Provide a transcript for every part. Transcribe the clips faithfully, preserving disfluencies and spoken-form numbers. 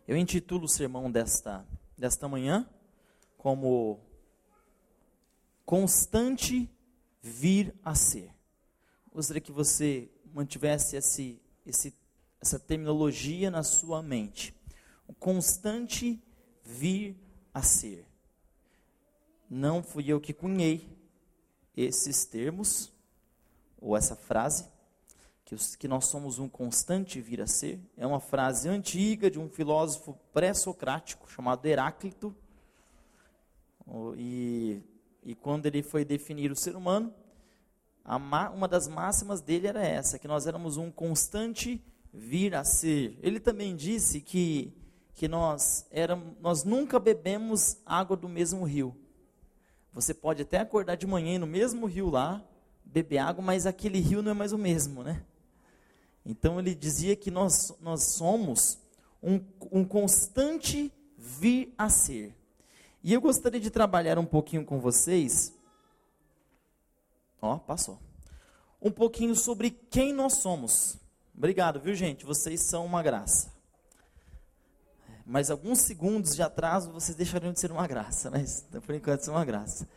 Eu intitulo o sermão desta, desta manhã como Constante Vir a Ser. Gostaria que você mantivesse esse, esse, essa terminologia na sua mente. O constante vir a ser. Não fui eu que cunhei esses termos, ou essa frase, que, os, que nós somos um constante vir a ser. É uma frase antiga de um filósofo pré-socrático chamado Heráclito. E, e quando ele foi definir o ser humano, a, uma das máximas dele era essa, que nós éramos um constante vir a ser. Ele também disse que, que nós, éramos, nós nunca bebemos água do mesmo rio. Você pode até acordar de manhã no mesmo rio lá, beber água, mas aquele rio não é mais o mesmo, né? Então ele dizia que nós, nós somos um, um constante vir a ser. E eu gostaria de trabalhar um pouquinho com vocês, ó, passou, um pouquinho sobre quem nós somos. Obrigado, viu, gente? Vocês são uma graça. Mas alguns segundos de atraso, vocês deixariam de ser uma graça, mas por enquanto são uma graça.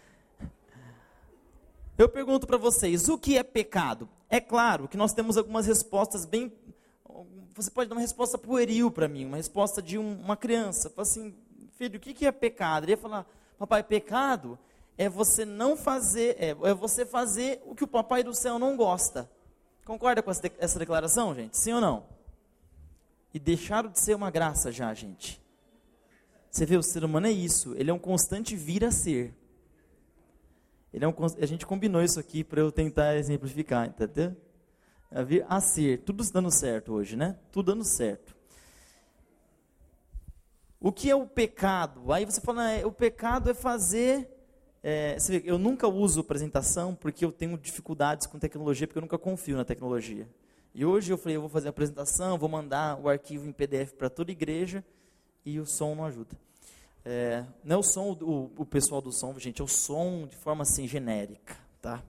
Eu pergunto para vocês, o que é pecado? É claro que nós temos algumas respostas bem... Você pode dar uma resposta pueril para mim, uma resposta de um, uma criança. Fala assim, filho, o que, que é pecado? Ele ia falar, papai, pecado é você não fazer, é, é você fazer o que o papai do céu não gosta. Concorda com essa, de, essa declaração, gente? Sim ou não? E deixaram de ser uma graça já, gente. Você vê, o ser humano é isso, ele é um constante vir a ser. Ele é um, a gente combinou isso aqui para eu tentar exemplificar, entendeu? A vir a ser, tudo dando certo hoje, né? Tudo dando certo. O que é o pecado? Aí você fala, ah, o pecado é fazer... É, você vê, eu nunca uso apresentação porque eu tenho dificuldades com tecnologia, porque eu nunca confio na tecnologia. E hoje eu falei, eu vou fazer a apresentação, vou mandar o arquivo em P D F para toda a igreja e o som não ajuda. É, não é o som, o, o pessoal do som, gente, é o som de forma assim genérica, tá?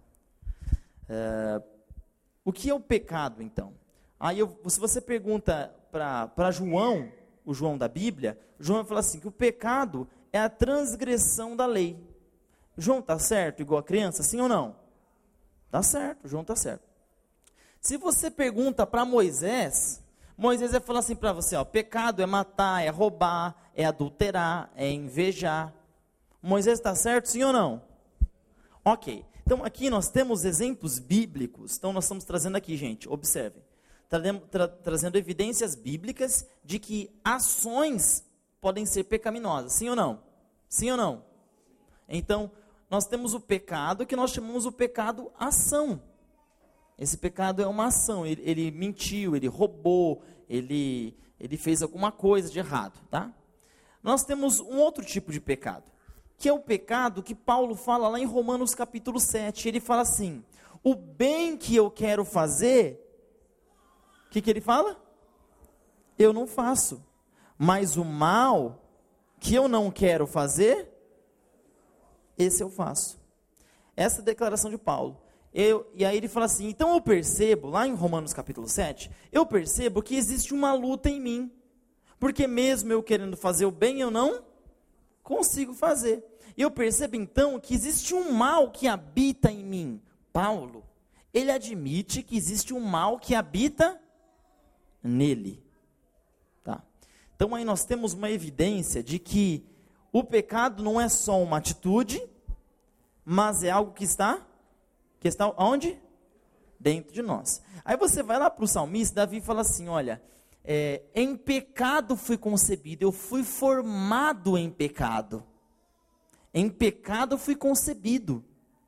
É, o que é o pecado, então? Aí, eu, se você pergunta para João, o João da Bíblia, João vai falar assim, que o pecado é a transgressão da lei. João está certo, igual a criança, sim ou não? Está certo, João está certo. Se você pergunta para Moisés, Moisés vai falar assim para você, ó, pecado é matar, é roubar, é adulterar, é invejar. Moisés está certo, sim ou não? Ok, então aqui nós temos exemplos bíblicos, então nós estamos trazendo aqui, gente, observem, tra- tra- trazendo evidências bíblicas de que ações podem ser pecaminosas, sim ou não? Sim ou não? Então, nós temos o pecado que nós chamamos o pecado ação. Esse pecado é uma ação, ele, ele mentiu, ele roubou, ele, ele fez alguma coisa de errado, tá? Nós temos um outro tipo de pecado, que é o pecado que Paulo fala lá em Romanos capítulo sete, ele fala assim, o bem que eu quero fazer, o que, que ele fala? Eu não faço, mas o mal que eu não quero fazer, esse eu faço. Essa é a declaração de Paulo. Eu, e aí ele fala assim, então eu percebo, lá em Romanos capítulo sete, eu percebo que existe uma luta em mim, porque mesmo eu querendo fazer o bem, eu não consigo fazer. E eu percebo então que existe um mal que habita em mim. Paulo, ele admite que existe um mal que habita nele. Tá? Então aí nós temos uma evidência de que o pecado não é só uma atitude, mas é algo que está... que está onde? Dentro de nós. Aí você vai lá para o salmista, Davi fala assim, olha, é, em pecado fui concebido, eu fui formado em pecado. Em pecado fui concebido.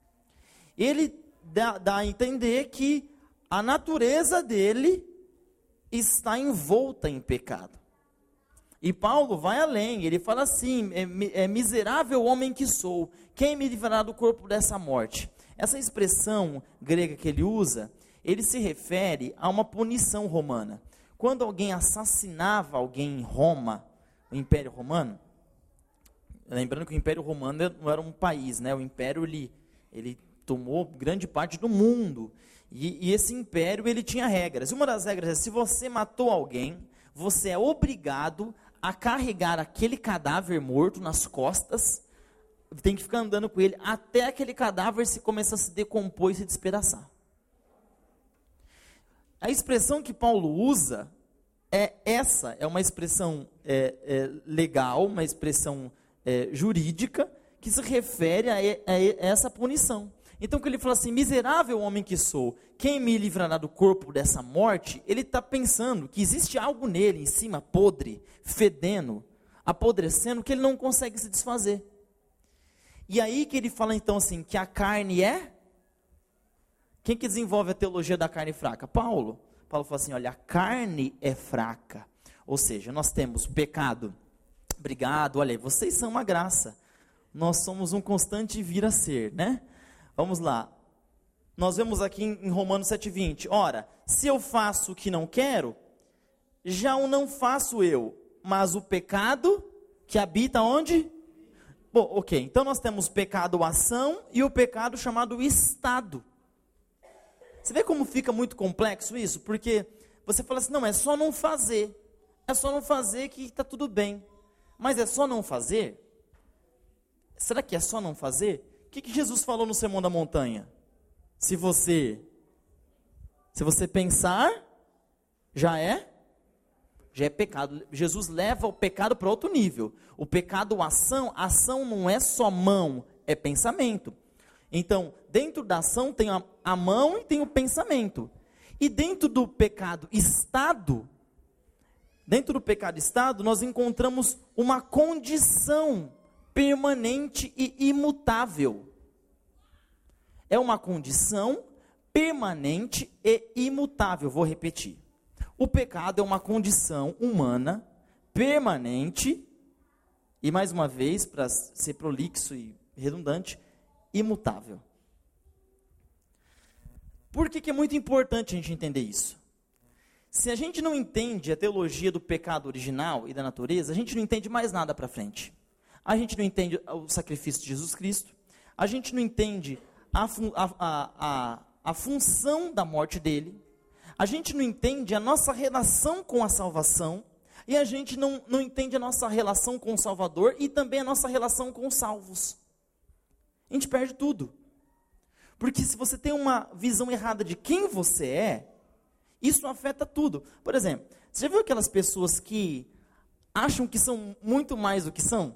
Ele dá, dá a entender que a natureza dele está envolta em pecado. E Paulo vai além, ele fala assim, é, é miserável homem que sou, quem me livrará do corpo dessa morte? Essa expressão grega que ele usa, ele se refere a uma punição romana. Quando alguém assassinava alguém em Roma, o Império Romano, lembrando que o Império Romano não era um país, né? O Império ele, ele tomou grande parte do mundo, e, e esse Império ele tinha regras. Uma das regras é, se você matou alguém, você é obrigado a carregar aquele cadáver morto nas costas, tem que ficar andando com ele até aquele cadáver se começar a se decompor e se despedaçar. A expressão que Paulo usa é essa, é uma expressão é, é, legal, uma expressão é, jurídica, que se refere a, a, a essa punição. Então, quando ele fala assim, miserável homem que sou, quem me livrará do corpo dessa morte? Ele está pensando que existe algo nele, em cima, podre, fedendo, apodrecendo, que ele não consegue se desfazer. E aí que ele fala então assim, que a carne é? Quem que desenvolve a teologia da carne fraca? Paulo. Paulo fala assim, olha, a carne é fraca. Ou seja, nós temos pecado. Obrigado, olha aí, vocês são uma graça. Nós somos um constante vir a ser, né? Vamos lá. Nós vemos aqui em Romanos sete, vinte. Ora, se eu faço o que não quero, já o não faço eu, mas o pecado que habita onde? Bom, ok, então nós temos pecado ação e o pecado chamado estado. Você vê como fica muito complexo isso? Porque você fala assim, não, é só não fazer. É só não fazer que está tudo bem. Mas é só não fazer? Será que é só não fazer? O que, que Jesus falou no Sermão da Montanha? Se você, se você pensar, já é, já é pecado. Jesus leva o pecado para outro nível. O pecado, ação, ação não é só mão, é pensamento. Então, dentro da ação tem a, a mão e tem o pensamento. E dentro do pecado estado, dentro do pecado estado, nós encontramos uma condição permanente e imutável. É uma condição permanente e imutável. Vou repetir. O pecado é uma condição humana, permanente, e mais uma vez, para ser prolixo e redundante, imutável. Por que que é muito importante a gente entender isso? Se a gente não entende a teologia do pecado original e da natureza, a gente não entende mais nada para frente. A gente não entende o sacrifício de Jesus Cristo, a gente não entende a, fun- a, a, a, a função da morte dele, a gente não entende a nossa relação com a salvação, e a gente não, não entende a nossa relação com o Salvador e também a nossa relação com os salvos. A gente perde tudo. Porque se você tem uma visão errada de quem você é, isso afeta tudo. Por exemplo, você já viu aquelas pessoas que acham que são muito mais do que são?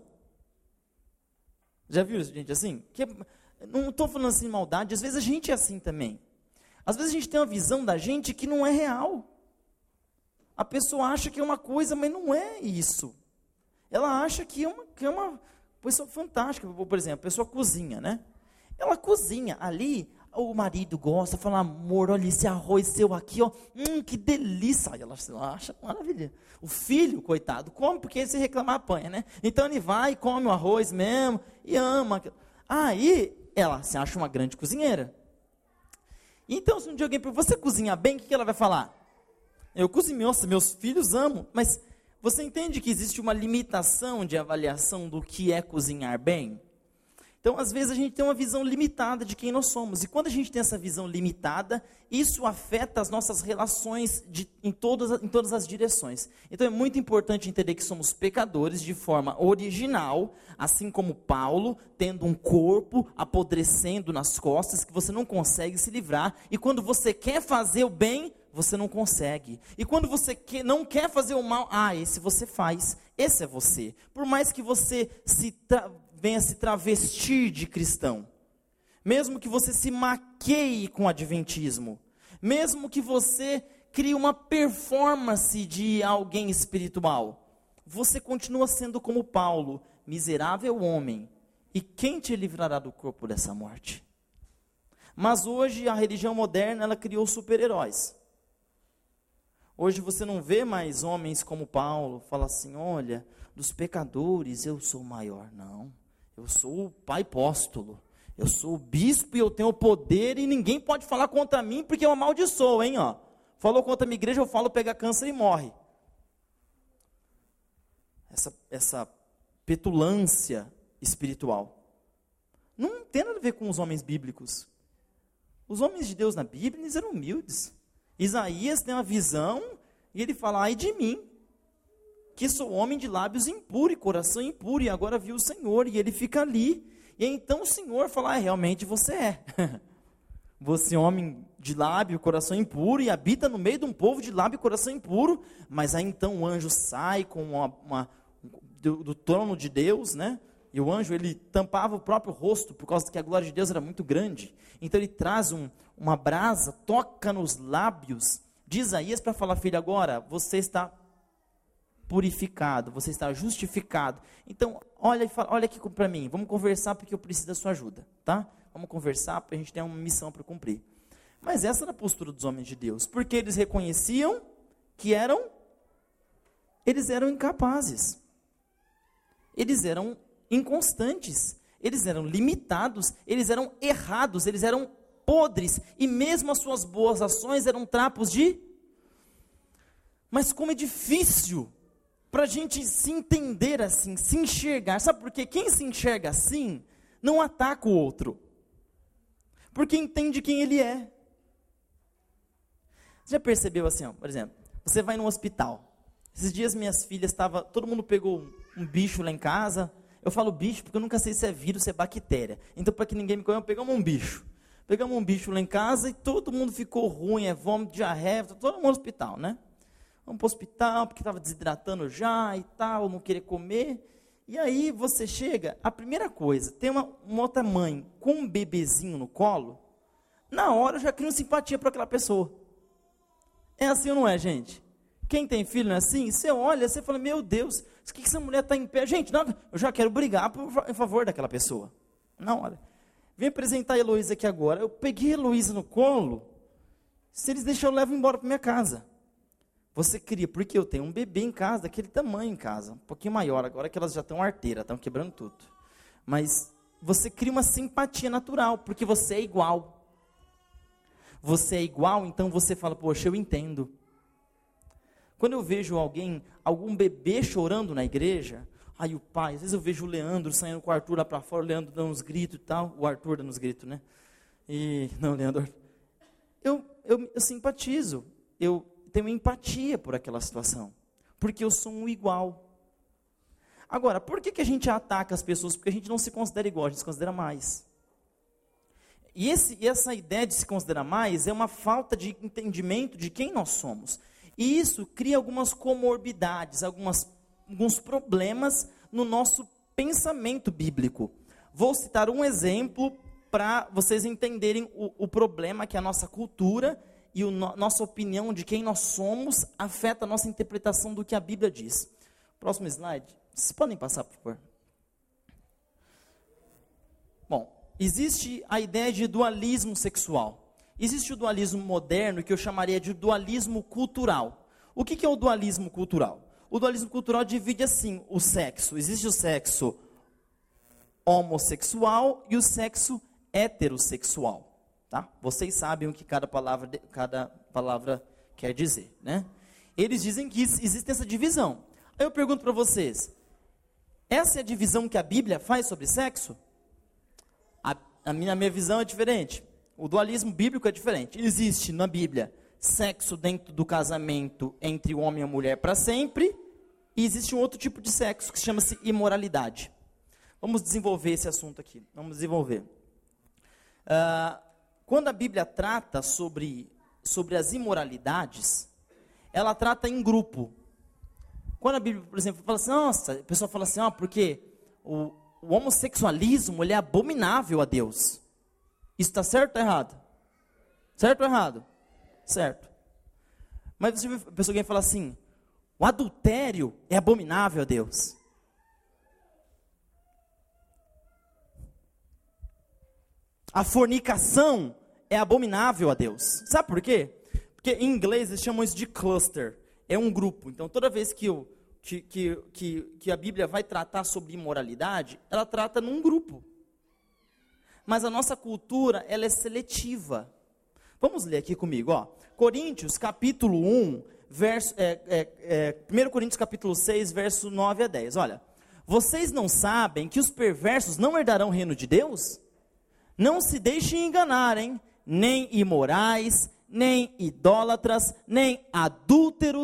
Já viu gente assim? Que é, não estou falando assim de maldade, às vezes a gente é assim também. Às vezes a gente tem uma visão da gente que não é real. A pessoa acha que é uma coisa, mas não é isso. Ela acha que é uma, que é uma pessoa fantástica. Por exemplo, a pessoa cozinha, né? Ela cozinha ali, o marido gosta, fala, amor, olha esse arroz seu aqui, ó, hum, que delícia. Aí ela, ela acha maravilha. O filho, coitado, come porque se reclamar apanha, né? Então ele vai e come o arroz mesmo, e ama. Aí ela se acha uma grande cozinheira. Então, se um dia alguém perguntar, você cozinha bem, o que ela vai falar? Eu cozinho, nossa, meus filhos amam, mas você entende que existe uma limitação de avaliação do que é cozinhar bem? Então, às vezes, a gente tem uma visão limitada de quem nós somos. E quando a gente tem essa visão limitada, isso afeta as nossas relações de, em, todas, em todas as direções. Então, é muito importante entender que somos pecadores de forma original, assim como Paulo, tendo um corpo apodrecendo nas costas, que você não consegue se livrar. E quando você quer fazer o bem, você não consegue. E quando você que, não quer fazer o mal, ah, esse você faz. Esse é você. Por mais que você se... Tra- venha se travestir de cristão, mesmo que você se maqueie com o adventismo, mesmo que você crie uma performance de alguém espiritual, você continua sendo como Paulo, miserável homem, e quem te livrará do corpo dessa morte? Mas hoje a religião moderna, ela criou super-heróis. Hoje você não vê mais homens como Paulo, fala assim, olha, dos pecadores eu sou o maior, não. Eu sou o pai apóstolo, eu sou o bispo e eu tenho o poder e ninguém pode falar contra mim porque eu amaldiçoo, hein, ó. Falou contra a minha igreja, eu falo, pega câncer e morre. Essa, essa petulância espiritual. Não tem nada a ver com os homens bíblicos. Os homens de Deus na Bíblia, eles eram humildes. Isaías tem uma visão e ele fala, ai de mim. que sou homem de lábios impuros e coração impuro, e agora vi o Senhor, e ele fica ali, e então o Senhor fala, ah, realmente você é, você é homem de lábio e coração impuro, e habita no meio de um povo de lábio e coração impuro, mas aí então o anjo sai com uma, uma do, do trono de Deus, né, e o anjo ele tampava o próprio rosto, por causa que a glória de Deus era muito grande, então ele traz um, uma brasa, toca nos lábios de Isaías para falar, filho, agora você está purificado, você está justificado. Então, olha, e fala, olha aqui para mim, vamos conversar porque eu preciso da sua ajuda, tá? Vamos conversar porque a gente tem uma missão para cumprir. Mas essa era a postura dos homens de Deus, porque eles reconheciam que eram, eles eram incapazes, eles eram inconstantes, eles eram limitados, eles eram errados, eles eram podres, e mesmo as suas boas ações eram trapos de... Mas como é difícil para a gente se entender assim, se enxergar. Sabe por quê? Quem se enxerga assim, não ataca o outro. Porque entende quem ele é. Você já percebeu assim, ó, por exemplo, você vai no hospital. Esses dias minhas filhas estavam, todo mundo pegou um, um bicho lá em casa. Eu falo bicho porque eu nunca sei se é vírus, se é bactéria. Então, para que ninguém me conheça, pegamos um bicho. Pegamos um bicho lá em casa e todo mundo ficou ruim, é vômito, diarreia, todo mundo no hospital, né? Vamos para o hospital, porque estava desidratando já e tal, não queria comer. E aí você chega, a primeira coisa, tem uma, uma outra mãe com um bebezinho no colo, na hora eu já crio simpatia por aquela pessoa. É assim ou não é, gente? Quem tem filho não é assim? Você olha, você fala, meu Deus, o que essa mulher está em pé? Gente, não, eu já quero brigar por, em favor daquela pessoa. Na hora. Vem apresentar a Heloísa aqui agora. Eu peguei a Heloísa no colo, se eles deixam, eu levo embora para minha casa. Você cria, porque eu tenho um bebê em casa, daquele tamanho em casa, um pouquinho maior, agora que elas já estão arteiras, estão quebrando tudo. Mas você cria uma simpatia natural, porque você é igual. Você é igual, então você fala, poxa, eu entendo. Quando eu vejo alguém, algum bebê chorando na igreja, aí o pai, às vezes eu vejo o Leandro saindo com o Arthur lá para fora, o Leandro dando uns gritos e tal, o Arthur dando uns gritos, né? E, não, Leandro, eu, eu, eu simpatizo, eu tenho empatia por aquela situação, porque eu sou um igual. Agora, por que, que a gente ataca as pessoas? Porque a gente não se considera igual, a gente se considera mais. E esse, essa ideia de se considerar mais é uma falta de entendimento de quem nós somos. E isso cria algumas comorbidades, algumas, alguns problemas no nosso pensamento bíblico. Vou citar um exemplo para vocês entenderem o, o problema que a nossa cultura e a no, nossa opinião de quem nós somos afeta a nossa interpretação do que a Bíblia diz. Próximo slide. Vocês podem passar, por favor? Bom, existe a ideia de dualismo sexual. Existe o dualismo moderno, que eu chamaria de dualismo cultural. O que, que é o dualismo cultural? O dualismo cultural divide assim o sexo. Existe o sexo homossexual e o sexo heterossexual. Tá? Vocês sabem o que cada palavra, cada palavra quer dizer, né? Eles dizem que existe essa divisão. Aí eu pergunto para vocês, essa é a divisão que a Bíblia faz sobre sexo? A, a, minha, a minha visão é diferente. O dualismo bíblico é diferente. Existe na Bíblia sexo dentro do casamento entre o homem e a mulher para sempre, e existe um outro tipo de sexo que chama-se imoralidade. Vamos desenvolver esse assunto aqui. Vamos desenvolver. Uh, quando a Bíblia trata sobre, sobre as imoralidades, ela trata em grupo. Quando a Bíblia, por exemplo, fala assim, nossa, a pessoa fala assim, ó, porque o, o homossexualismo ele é abominável a Deus. Isso está certo ou errado? Certo ou errado? Certo. Mas você vê a pessoa que fala assim, o adultério é abominável a Deus. A fornicação é abominável a Deus. Sabe por quê? Porque em inglês eles chamam isso de cluster. É um grupo. Então toda vez que, eu, que, que, que, que a Bíblia vai tratar sobre imoralidade, ela trata num grupo. Mas a nossa cultura, ela é seletiva. Vamos ler aqui comigo, ó. Coríntios, capítulo um, verso, é, é, é, primeiro Coríntios, capítulo seis, verso nove a dez. Olha, vocês não sabem que os perversos não herdarão o reino de Deus? Não se deixem enganar, hein? Nem imorais, nem idólatras, nem adúlteros,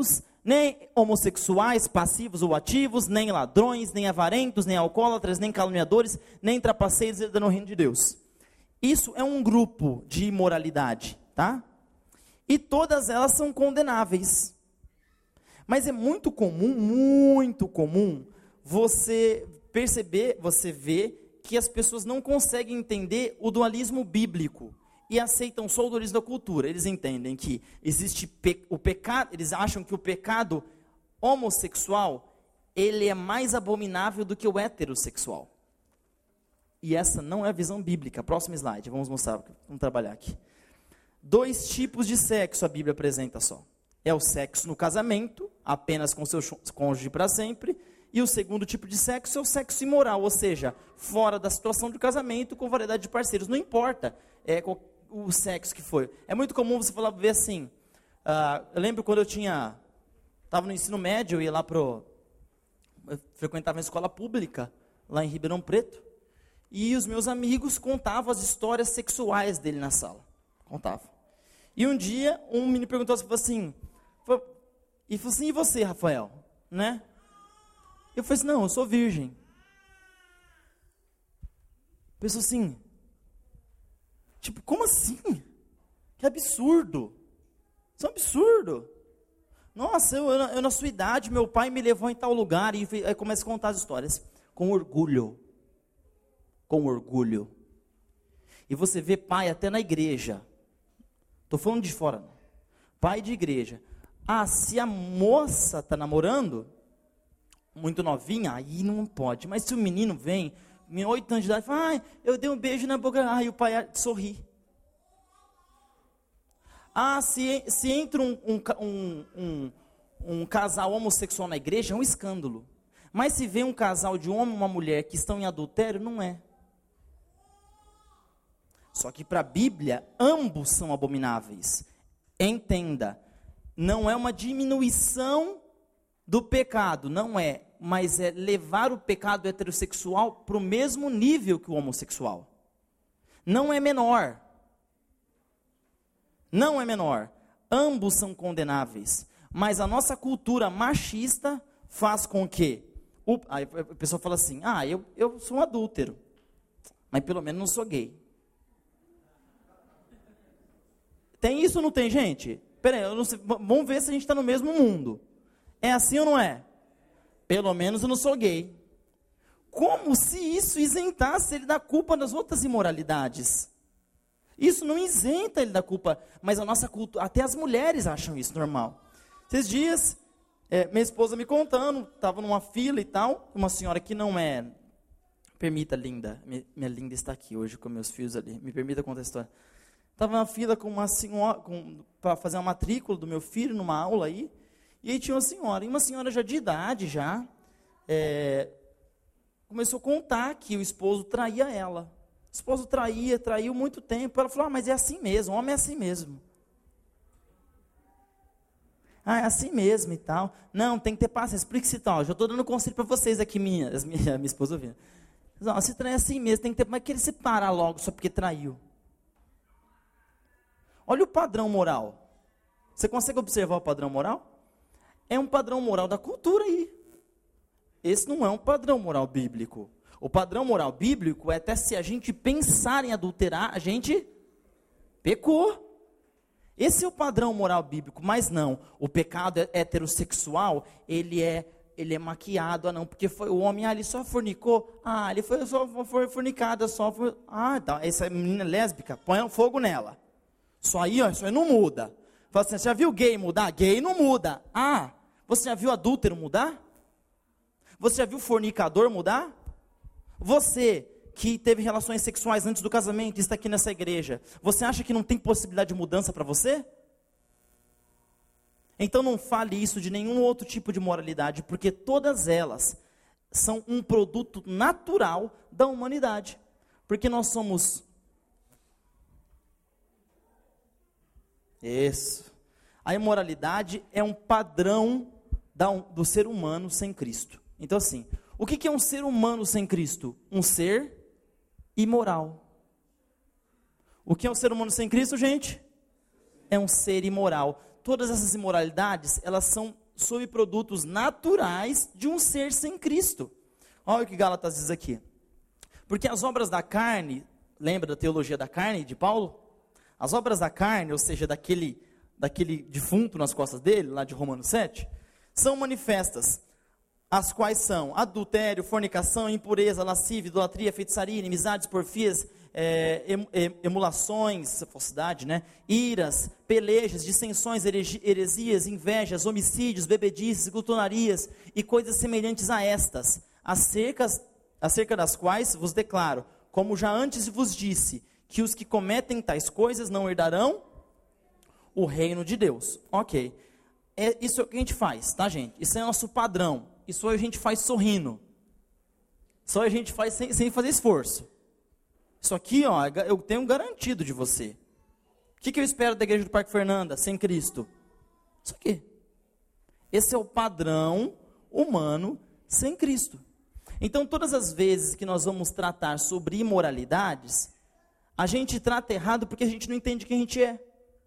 nem homossexuais, passivos ou ativos, nem ladrões, nem avarentos, nem alcoólatras, nem caluniadores, nem trapaceiros herdando o reino de Deus. Isso é um grupo de imoralidade, tá? E todas elas são condenáveis. Mas é muito comum, muito comum, você perceber, você ver que as pessoas não conseguem entender o dualismo bíblico e aceitam só o dualismo da cultura. Eles entendem que existe pe- o pecado, eles acham que o pecado homossexual, ele é mais abominável do que o heterossexual. E essa não é a visão bíblica. Próximo slide, vamos mostrar, vamos trabalhar aqui. Dois tipos de sexo a Bíblia apresenta só. É o sexo no casamento, apenas com seu cônjuge para sempre, e o segundo tipo de sexo é o sexo imoral, ou seja, fora da situação de casamento, com variedade de parceiros. Não importa é, o sexo que foi. É muito comum você falar, ver assim, uh, eu lembro quando eu tinha, estava no ensino médio, eu ia lá pro, eu frequentava uma escola pública, lá em Ribeirão Preto, e os meus amigos contavam as histórias sexuais dele na sala. Contavam. E um dia, um menino perguntou assim, e falou assim, e você, Rafael? Né? Eu falei assim, não, eu sou virgem. Pensou assim, tipo, como assim? Que absurdo. Isso é um absurdo. Nossa, eu, eu, eu na sua idade, meu pai me levou em tal lugar, e aí começa a contar as histórias, com orgulho. Com orgulho. E você vê pai até na igreja. Estou falando de fora. Não. Pai de igreja. Ah, se a moça está namorando, muito novinha, aí não pode. Mas se o menino vem, oito anos de idade, fala, ah, eu dei um beijo na boca, ah, e o pai sorri. Ah, se, se entra um, um, um, um, um casal homossexual na igreja, é um escândalo. Mas se vê um casal de homem e uma mulher que estão em adultério, não é. Só que para a Bíblia, ambos são abomináveis. Entenda, não é uma diminuição do pecado, não é, mas é levar o pecado heterossexual para o mesmo nível que o homossexual. Não é menor. Não é menor. Ambos são condenáveis. Mas a nossa cultura machista faz com que, o, aí a pessoa fala assim, ah, eu, eu sou um adúltero, mas pelo menos não sou gay. Tem isso ou não tem, gente? Peraí, eu não sei, vamos ver se a gente está no mesmo mundo. É assim ou não é? Pelo menos eu não sou gay. Como se isso isentasse ele da culpa das outras imoralidades. Isso não isenta ele da culpa, mas a nossa cultura, até as mulheres acham isso normal. Esses dias, é, minha esposa me contando, estava numa fila e tal, uma senhora que não é, permita, linda, minha, minha linda está aqui hoje com meus filhos ali, me permita contar a história. Estava na fila com uma senhora, para fazer uma matrícula do meu filho, numa aula aí, e aí tinha uma senhora, e uma senhora já de idade, já, é, começou a contar que o esposo traía ela. O esposo traía, traiu muito tempo. Ela falou, ah, mas é assim mesmo, o homem é assim mesmo. Ah, é assim mesmo e tal. Não, tem que ter paciência, explique-se tal. Já estou dando conselho para vocês aqui, minha, minha, minha esposa ouvindo. Não, se trai é assim mesmo, tem que ter, mas que ele se parar logo só porque traiu. Olha o padrão moral. Você consegue observar o padrão moral? É um padrão moral da cultura aí. Esse não é um padrão moral bíblico. O padrão moral bíblico é até se a gente pensar em adulterar, a gente pecou. Esse é o padrão moral bíblico, mas não. O pecado heterossexual, ele é, ele é maquiado, ah não, porque foi o homem, ah, ele só fornicou, ah, ele foi só foi fornicada, só foi, ah, tá, essa menina lésbica, põe fogo nela. Só aí, ó, isso aí não muda. Fala assim, você já viu gay mudar? Gay não muda. Ah, você já viu adúltero mudar? Você já viu fornicador mudar? Você que teve relações sexuais antes do casamento e está aqui nessa igreja, você acha que não tem possibilidade de mudança para você? Então não fale isso de nenhum outro tipo de moralidade, porque todas elas são um produto natural da humanidade. Porque nós somos... Isso. A imoralidade é um padrão da, do ser humano sem Cristo. Então assim, o que, que é um ser humano sem Cristo? Um ser imoral. O que é um ser humano sem Cristo, gente? É um ser imoral. Todas essas imoralidades, elas são subprodutos naturais de um ser sem Cristo. Olha o que Gálatas diz aqui. Porque as obras da carne, lembra da teologia da carne de Paulo? As obras da carne, ou seja, daquele, daquele defunto nas costas dele, lá de Romanos sete, são manifestas, as quais são adultério, fornicação, impureza, lascívia, idolatria, feitiçaria, inimizades, porfias, é, emulações, falsidade, né? Iras, pelejas, dissensões, heresias, invejas, homicídios, bebedices, glutonarias e coisas semelhantes a estas, acerca, acerca das quais vos declaro, como já antes vos disse, que os que cometem tais coisas não herdarão o reino de Deus. Ok, é, isso é o que a gente faz, tá, gente? Isso é nosso padrão, isso a gente faz sorrindo, só a gente faz sem, sem fazer esforço. Isso aqui, ó, eu tenho garantido de você. O que, que eu espero da igreja do Parque Fernanda, sem Cristo? Isso aqui. Esse é o padrão humano sem Cristo. Então, todas as vezes que nós vamos tratar sobre imoralidades, a gente trata errado porque a gente não entende quem a gente é.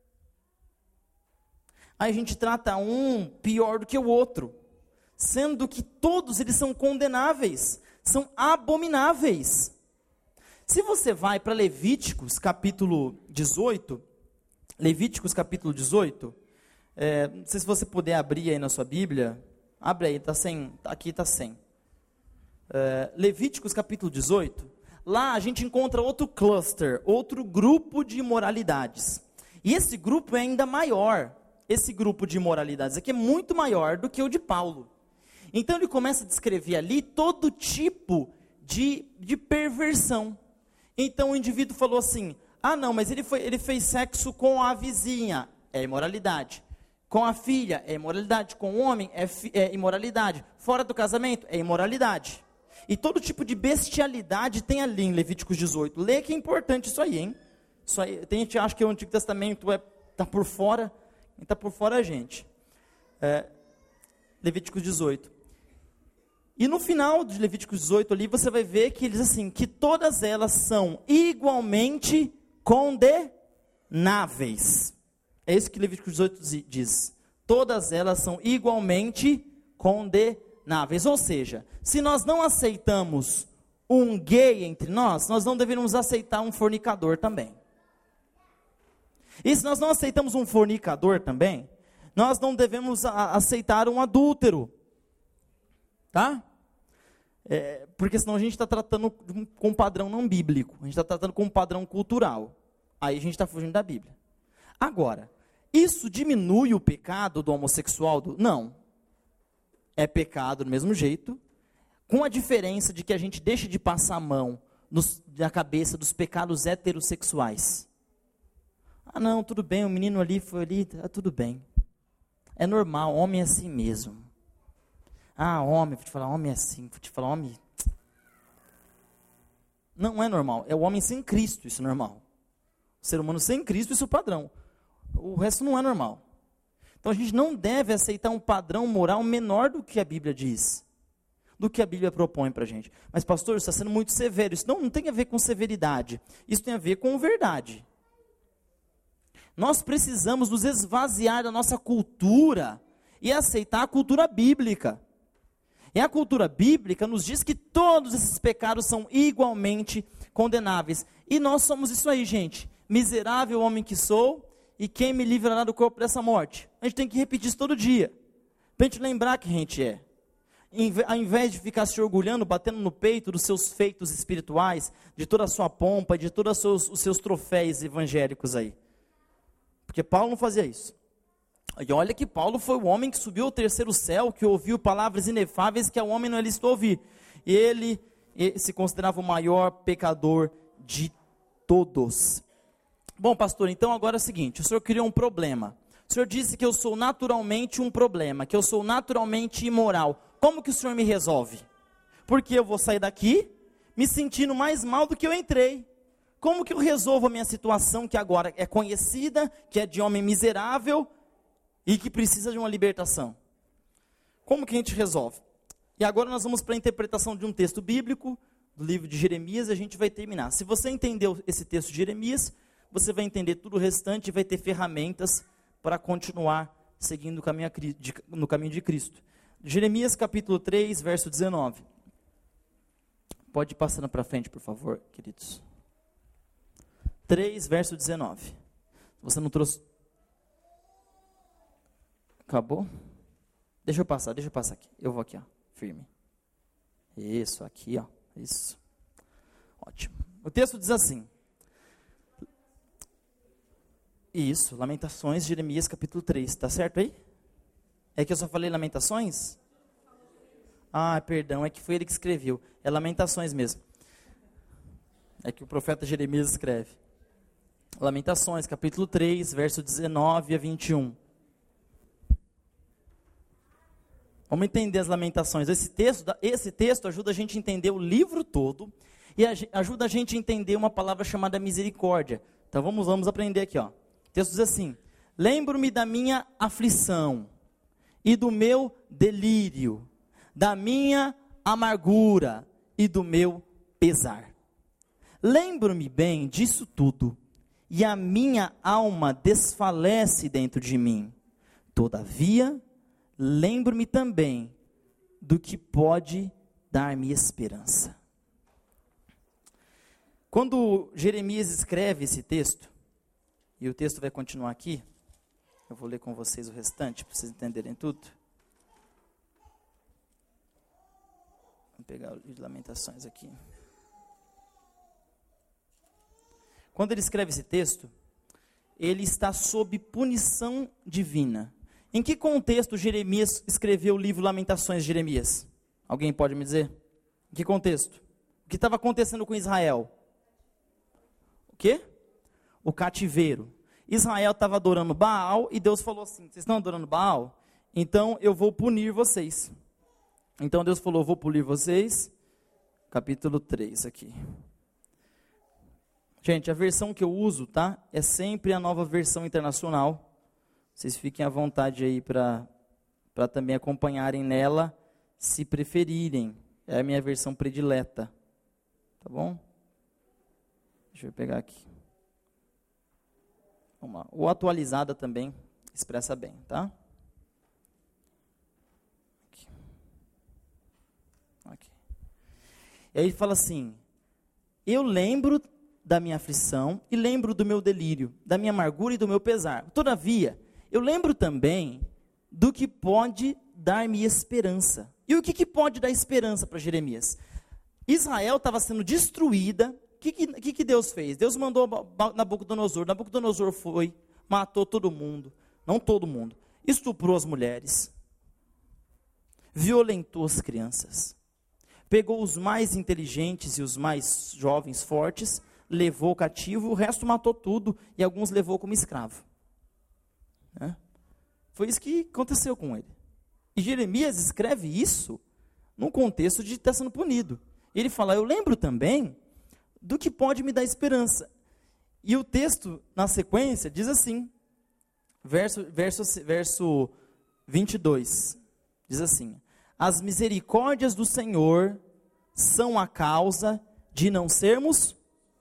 Aí a gente trata um pior do que o outro, sendo que todos eles são condenáveis, são abomináveis. Se você vai para Levíticos capítulo dezoito, Levíticos capítulo dezoito, é, não sei se você puder abrir aí na sua Bíblia, abre aí, tá sem, aqui está sem. É, Levíticos capítulo dezoito, lá a gente encontra outro cluster, outro grupo de imoralidades. E esse grupo é ainda maior, esse grupo de imoralidades aqui é muito maior do que o de Paulo. Então ele começa a descrever ali todo tipo de, de perversão. Então o indivíduo falou assim, ah não, mas ele, foi, ele fez sexo com a vizinha, é imoralidade. Com a filha, é imoralidade. Com o homem, é, é imoralidade. Fora do casamento, é imoralidade. E todo tipo de bestialidade tem ali em Levíticos dezoito. Lê que é importante isso aí, hein? Isso aí, tem gente que acha que o Antigo Testamento está é, tá por fora, está por fora a gente. É, Levíticos dezoito. E no final de Levíticos dezoito ali, você vai ver que eles assim, que todas elas são igualmente condenáveis. É isso que Levíticos dezoito diz. Todas elas são igualmente condenáveis. Ou seja, se nós não aceitamos um gay entre nós, nós não deveríamos aceitar um fornicador também. E se nós não aceitamos um fornicador também, nós não devemos a, aceitar um adúltero. Tá? É, porque senão a gente está tratando com um padrão não bíblico. A gente está tratando com um padrão cultural. Aí a gente está fugindo da Bíblia. Agora, isso diminui o pecado do homossexual? Do... Não. É pecado do mesmo jeito, com a diferença de que a gente deixa de passar a mão nos, na cabeça dos pecados heterossexuais. Ah não, tudo bem, o menino ali foi ali, tá, tudo bem. É normal, homem é assim mesmo. Ah, homem, vou te falar, homem é assim, vou te falar, homem... Não é normal, é o homem sem Cristo, isso é normal. O ser humano sem Cristo, isso é o padrão. O resto não é normal. Então a gente não deve aceitar um padrão moral menor do que a Bíblia diz, do que a Bíblia propõe para a gente. Mas pastor, isso está sendo muito severo. Isso não, não tem a ver com severidade, isso tem a ver com verdade. Nós precisamos nos esvaziar da nossa cultura e aceitar a cultura bíblica. E a cultura bíblica nos diz que todos esses pecados são igualmente condenáveis. E nós somos isso aí, gente. Miserável homem que sou, e quem me livrará do corpo dessa morte? A gente tem que repetir isso todo dia, para a gente lembrar quem a gente é. Ao invés de ficar se orgulhando, batendo no peito dos seus feitos espirituais, de toda a sua pompa, de todos os seus, os seus troféus evangélicos aí. Porque Paulo não fazia isso. E olha que Paulo foi o homem que subiu ao terceiro céu, que ouviu palavras inefáveis que ao homem não é lícito ouvir. E ele, ele se considerava o maior pecador de todos. Bom, pastor, então agora é o seguinte, o senhor criou um problema. O senhor disse que eu sou naturalmente um problema, que eu sou naturalmente imoral. Como que o senhor me resolve? Porque eu vou sair daqui me sentindo mais mal do que eu entrei. Como que eu resolvo a minha situação, que agora é conhecida, que é de homem miserável e que precisa de uma libertação? Como que a gente resolve? E agora nós vamos para a interpretação de um texto bíblico, do livro de Jeremias, e a gente vai terminar. Se você entendeu esse texto de Jeremias, você vai entender tudo o restante e vai ter ferramentas para continuar seguindo o caminho de, no caminho de Cristo. Jeremias capítulo três, verso dezenove. Pode ir passando para frente, por favor, queridos. três, verso dezenove. Você não trouxe... Acabou? Deixa eu passar, deixa eu passar aqui. Eu vou aqui, ó, firme. Isso, aqui, ó. Isso. Ótimo. O texto diz assim. Isso, Lamentações, Jeremias capítulo três. Tá certo aí? É que eu só falei Lamentações? Ah, perdão, é que foi ele que escreveu. É Lamentações mesmo. É que o profeta Jeremias escreve. Lamentações, capítulo três, verso dezenove a vinte e um. Vamos entender as lamentações. Esse texto, esse texto ajuda a gente a entender o livro todo e ajuda a gente a entender uma palavra chamada misericórdia. Então vamos, vamos aprender aqui, ó. O texto diz assim: lembro-me da minha aflição e do meu delírio, da minha amargura e do meu pesar. Lembro-me bem disso tudo, e a minha alma desfalece dentro de mim. Todavia, lembro-me também do que pode dar-me esperança. Quando Jeremias escreve esse texto, e o texto vai continuar aqui, eu vou ler com vocês o restante, para vocês entenderem tudo. Vou pegar o livro de Lamentações aqui. Quando ele escreve esse texto, ele está sob punição divina. Em que contexto Jeremias escreveu o livro Lamentações de Jeremias? Alguém pode me dizer? Em que contexto? O que estava acontecendo com Israel? O quê? O cativeiro. Israel estava adorando Baal e Deus falou assim: vocês estão adorando Baal? Então eu vou punir vocês. Então Deus falou: vou punir vocês. Capítulo três aqui. Gente, a versão que eu uso, tá? É sempre a Nova Versão Internacional. Vocês fiquem à vontade aí para para também acompanharem nela, se preferirem. É a minha versão predileta. Tá bom? Deixa eu pegar aqui. Vamos lá. O atualizada também expressa bem, tá? Aqui. Aqui. E aí ele fala assim: eu lembro da minha aflição e lembro do meu delírio, da minha amargura e do meu pesar. Todavia, eu lembro também do que pode dar-me esperança. E o que, que pode dar esperança para Jeremias? Israel estava sendo destruída. O que, que, que Deus fez? Deus mandou Nabucodonosor. Nabucodonosor foi, matou todo mundo. Não todo mundo. Estuprou as mulheres. Violentou as crianças. Pegou os mais inteligentes e os mais jovens, fortes, levou cativo, o resto matou tudo e alguns levou como escravo. É? Foi isso que aconteceu com ele. E Jeremias escreve isso num contexto de estar sendo punido. Ele fala: eu lembro também do que pode me dar esperança. E o texto, na sequência, diz assim, verso, verso, verso vinte e dois, diz assim: as misericórdias do Senhor são a causa de não sermos...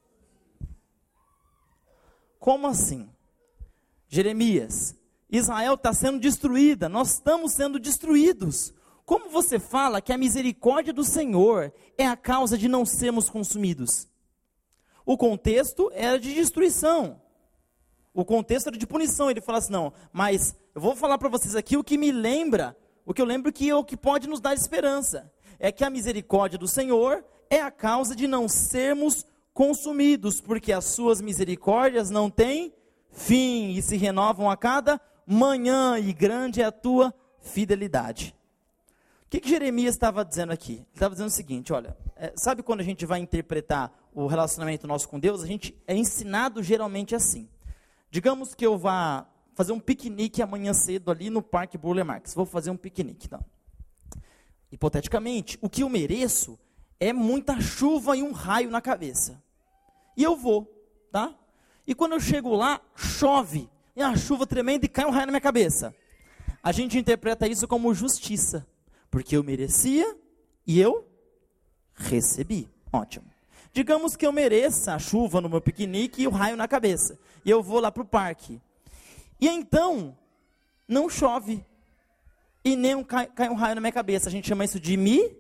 Como assim? Jeremias, Israel está sendo destruída, nós estamos sendo destruídos. Como você fala que a misericórdia do Senhor é a causa de não sermos consumidos? O contexto era de destruição. O contexto era de punição. Ele fala assim: não, mas eu vou falar para vocês aqui o que me lembra, o que eu lembro que é o que pode nos dar esperança. É que a misericórdia do Senhor é a causa de não sermos consumidos, porque as suas misericórdias não têm fim e se renovam a cada manhã, e grande é a tua fidelidade. O que, que Jeremias estava dizendo aqui? Ele estava dizendo o seguinte: olha, é, sabe quando a gente vai interpretar o relacionamento nosso com Deus, a gente é ensinado geralmente assim. Digamos que eu vá fazer um piquenique amanhã cedo ali no Parque Burle Marx. Vou fazer um piquenique, então. Hipoteticamente, o que eu mereço é muita chuva e um raio na cabeça. E eu vou, tá? E quando eu chego lá, chove, e a chuva tremenda e cai um raio na minha cabeça. A gente interpreta isso como justiça, porque eu merecia e eu recebi. Ótimo. Digamos que eu mereça a chuva no meu piquenique e o raio na cabeça. E eu vou lá para o parque. E então, não chove. E nem um, cai, cai um raio na minha cabeça. A gente chama isso de mi.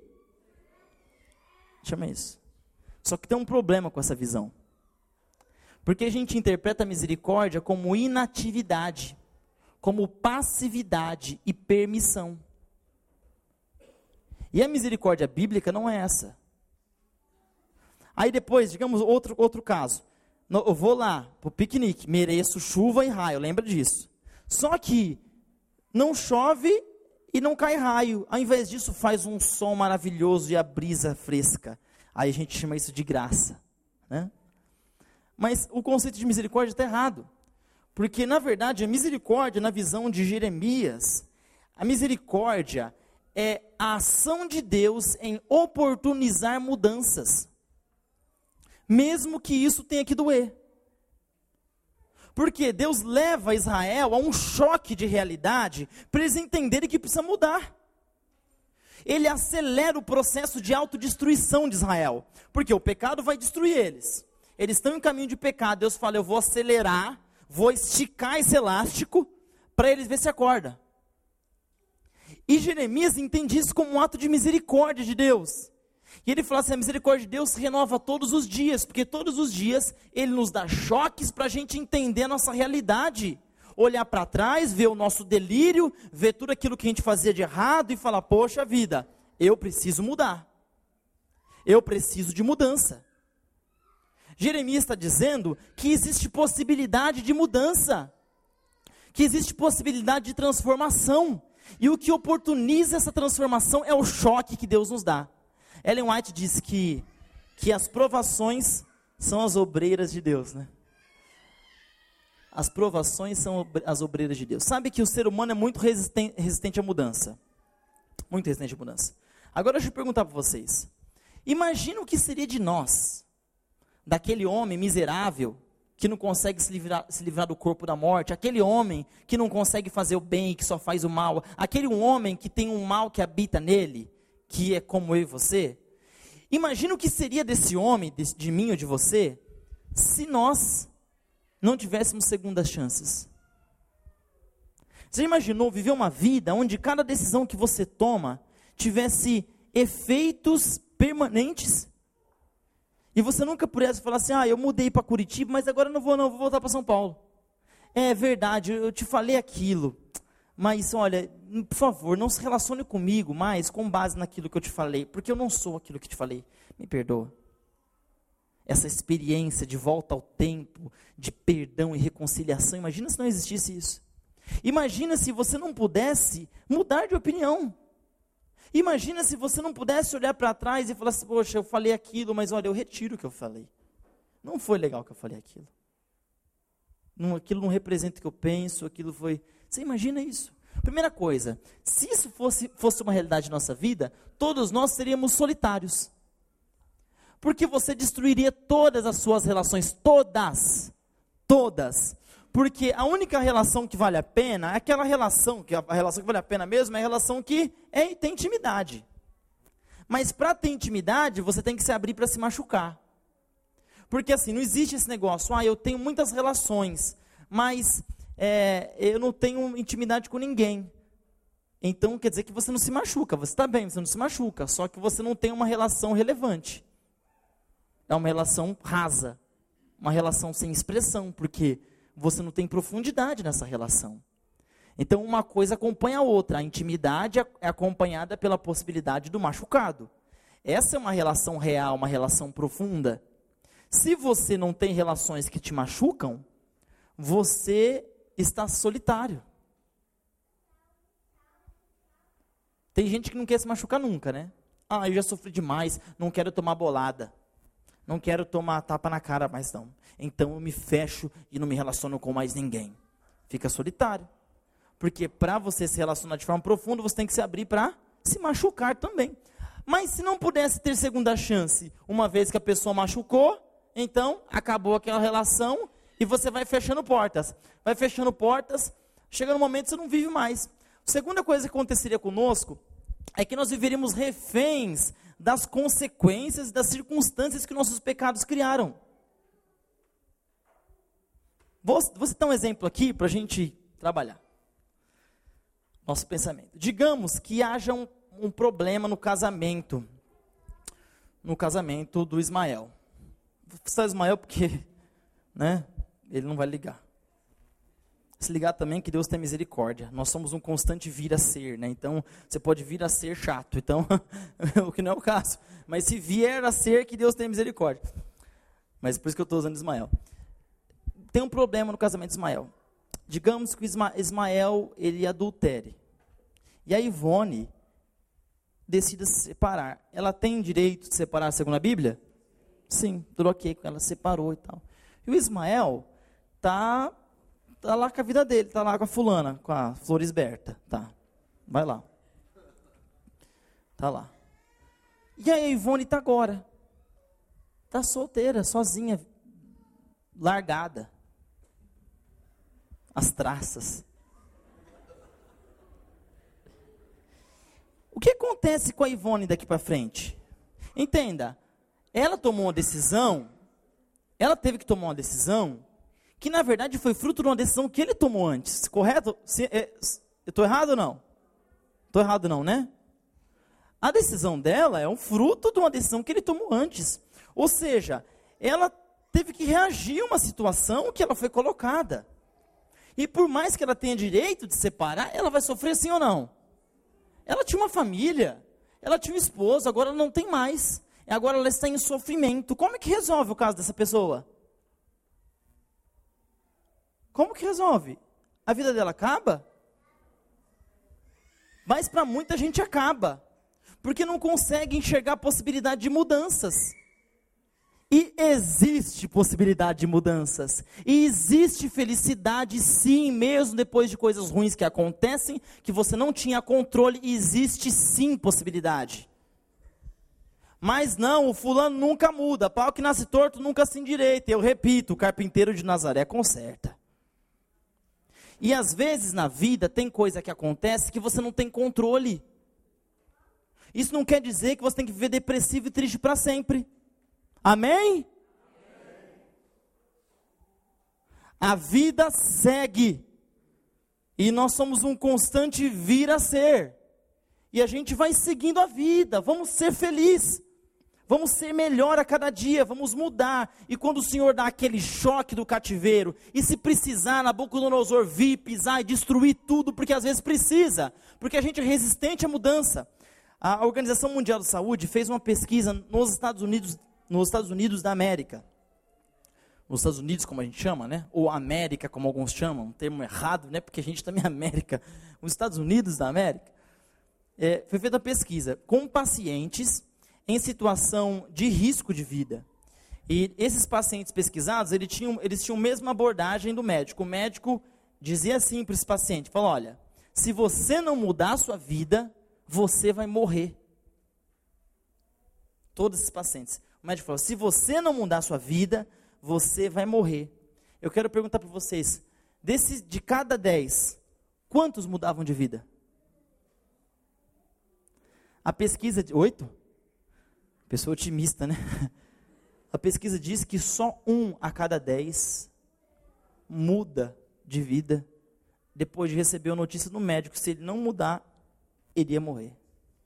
Chama isso. Só que tem um problema com essa visão. Porque a gente interpreta a misericórdia como inatividade, como passividade e permissão. E a misericórdia bíblica não é essa. Aí depois, digamos, outro, outro caso. Eu vou lá para o piquenique, mereço chuva e raio, lembra disso. Só que não chove e não cai raio. Ao invés disso, faz um som maravilhoso e a brisa fresca. Aí a gente chama isso de graça, né? Mas o conceito de misericórdia está errado. Porque, na verdade, a misericórdia, na visão de Jeremias, a misericórdia é a ação de Deus em oportunizar mudanças. Mesmo que isso tenha que doer. Porque Deus leva Israel a um choque de realidade para eles entenderem que precisa mudar. Ele acelera o processo de autodestruição de Israel. Porque o pecado vai destruir eles. Eles estão em caminho de pecado. Deus fala, eu vou acelerar, vou esticar esse elástico para eles ver se acorda. E Jeremias entende isso como um ato de misericórdia de Deus. E ele fala assim, a misericórdia de Deus se renova todos os dias, porque todos os dias Ele nos dá choques para a gente entender a nossa realidade. Olhar para trás, ver o nosso delírio, ver tudo aquilo que a gente fazia de errado e falar, poxa vida, eu preciso mudar. Eu preciso de mudança. Jeremias está dizendo que existe possibilidade de mudança, que existe possibilidade de transformação, e o que oportuniza essa transformação é o choque que Deus nos dá. Ellen White diz que, que as provações são as obreiras de Deus, né? As provações são as obreiras de Deus. Sabe que o ser humano é muito resistente, resistente à mudança, muito resistente à mudança. Agora deixa eu perguntar para vocês, imagina o que seria de nós, daquele homem miserável, que não consegue se livrar, se livrar do corpo da morte, aquele homem que não consegue fazer o bem e que só faz o mal, aquele homem que tem um mal que habita nele, que é como eu e você. Imagina o que seria desse homem, de, de mim ou de você, se nós não tivéssemos segundas chances. Você imaginou viver uma vida onde cada decisão que você toma tivesse efeitos permanentes? E você nunca pudesse falar assim, ah, eu mudei para Curitiba, mas agora não vou não, vou voltar para São Paulo. É verdade, eu te falei aquilo, mas olha, por favor, não se relacione comigo mais com base naquilo que eu te falei, porque eu não sou aquilo que te falei, me perdoa. Essa experiência de volta ao tempo, de perdão e reconciliação, imagina se não existisse isso. Imagina se você não pudesse mudar de opinião. Imagina se você não pudesse olhar para trás e falar assim, poxa, eu falei aquilo, mas olha, eu retiro o que eu falei. Não foi legal que eu falei aquilo. Não, aquilo não representa o que eu penso, aquilo foi... Você imagina isso? Primeira coisa, se isso fosse, fosse uma realidade de nossa vida, todos nós seríamos solitários. Porque você destruiria todas as suas relações, todas, todas. Porque a única relação que vale a pena é aquela relação, que a relação que vale a pena mesmo é a relação que é, tem intimidade. Mas para ter intimidade, você tem que se abrir para se machucar. Porque assim, não existe esse negócio, ah, eu tenho muitas relações, mas é, eu não tenho intimidade com ninguém. Então quer dizer que você não se machuca, você está bem, você não se machuca, só que você não tem uma relação relevante. É uma relação rasa, uma relação sem expressão, porque você não tem profundidade nessa relação. Então uma coisa acompanha a outra, a intimidade é acompanhada pela possibilidade do machucado. Essa é uma relação real, uma relação profunda. Se você não tem relações que te machucam, você está solitário. Tem gente que não quer se machucar nunca, né? Ah, eu já sofri demais, não quero tomar bolada. Não quero tomar tapa na cara mais não. Então eu me fecho e não me relaciono com mais ninguém. Fica solitário. Porque para você se relacionar de forma profunda, você tem que se abrir para se machucar também. Mas se não pudesse ter segunda chance, uma vez que a pessoa machucou, então acabou aquela relação e você vai fechando portas. Vai fechando portas, chega no momento que você não vive mais. A segunda coisa que aconteceria conosco é que nós viveríamos reféns das consequências, das circunstâncias que nossos pecados criaram. Vou, vou citar um exemplo aqui para a gente trabalhar. nosso pensamento. Digamos que haja um, um problema no casamento, no casamento do Ismael. Vou citar Ismael porque, né, ele não vai ligar. Se ligar também que Deus tem misericórdia. Nós somos um constante vir a ser, né? Então, você pode vir a ser chato. Então, o que não é o caso. Mas se vier a ser, que Deus tem misericórdia. Mas por isso que eu estou usando Ismael. Tem um problema no casamento de Ismael. Digamos que o Isma- Ismael, ele adultere. E a Ivone decida se separar. Ela tem direito de separar segundo a Bíblia? Sim, tudo ok, ela separou e tal. E o Ismael está... Está lá com a vida dele, está lá com a fulana, com a Florisberta, tá, vai lá, está lá. E aí a Ivone está agora, está solteira, sozinha, largada, as traças. O que acontece com a Ivone daqui para frente? Entenda, ela tomou uma decisão, ela teve que tomar uma decisão, que na verdade foi fruto de uma decisão que ele tomou antes, correto? Se, é, eu estou errado ou não? Estou errado não, né? A decisão dela é um fruto de uma decisão que ele tomou antes. Ou seja, ela teve que reagir a uma situação que ela foi colocada. E por mais que ela tenha direito de separar, ela vai sofrer sim ou não? Ela tinha uma família, ela tinha um esposo, agora ela não tem mais. Agora ela está em sofrimento. Como é que resolve o caso dessa pessoa? Como que resolve? A vida dela acaba? Mas para muita gente acaba. Porque não consegue enxergar a possibilidade de mudanças. E existe possibilidade de mudanças. E existe felicidade sim, mesmo depois de coisas ruins que acontecem, que você não tinha controle, existe sim possibilidade. Mas não, o fulano nunca muda. Pau que nasce torto nunca se endireita. Eu repito, o carpinteiro de Nazaré conserta. E às vezes na vida tem coisa que acontece que você não tem controle. Isso não quer dizer que você tem que viver depressivo e triste para sempre. Amém? Amém? A vida segue. E nós somos um constante vir a ser. E a gente vai seguindo a vida. Vamos ser felizes. Vamos ser melhor a cada dia, vamos mudar. E quando o Senhor dá aquele choque do cativeiro, e se precisar, Nabucodonosor vir, pisar e destruir tudo, porque às vezes precisa, porque a gente é resistente à mudança. A Organização Mundial da Saúde fez uma pesquisa nos Estados Unidos, nos Estados Unidos da América. Nos Estados Unidos, como a gente chama, né? Ou América, como alguns chamam, um termo errado, né? Porque a gente também é América. Os Estados Unidos da América. É, foi feita uma pesquisa com pacientes em situação de risco de vida. E esses pacientes pesquisados, eles tinham, eles tinham a mesma abordagem do médico. O médico dizia assim para esse paciente, falou, olha, se você não mudar a sua vida, você vai morrer. Todos esses pacientes. O médico falou, se você não mudar a sua vida, você vai morrer. Eu quero perguntar para vocês, desse, de cada dez, quantos mudavam de vida? A pesquisa de... Oito? Pessoa otimista, né? A pesquisa diz que só um a cada dez muda de vida depois de receber a notícia do médico. Se ele não mudar, ele ia morrer.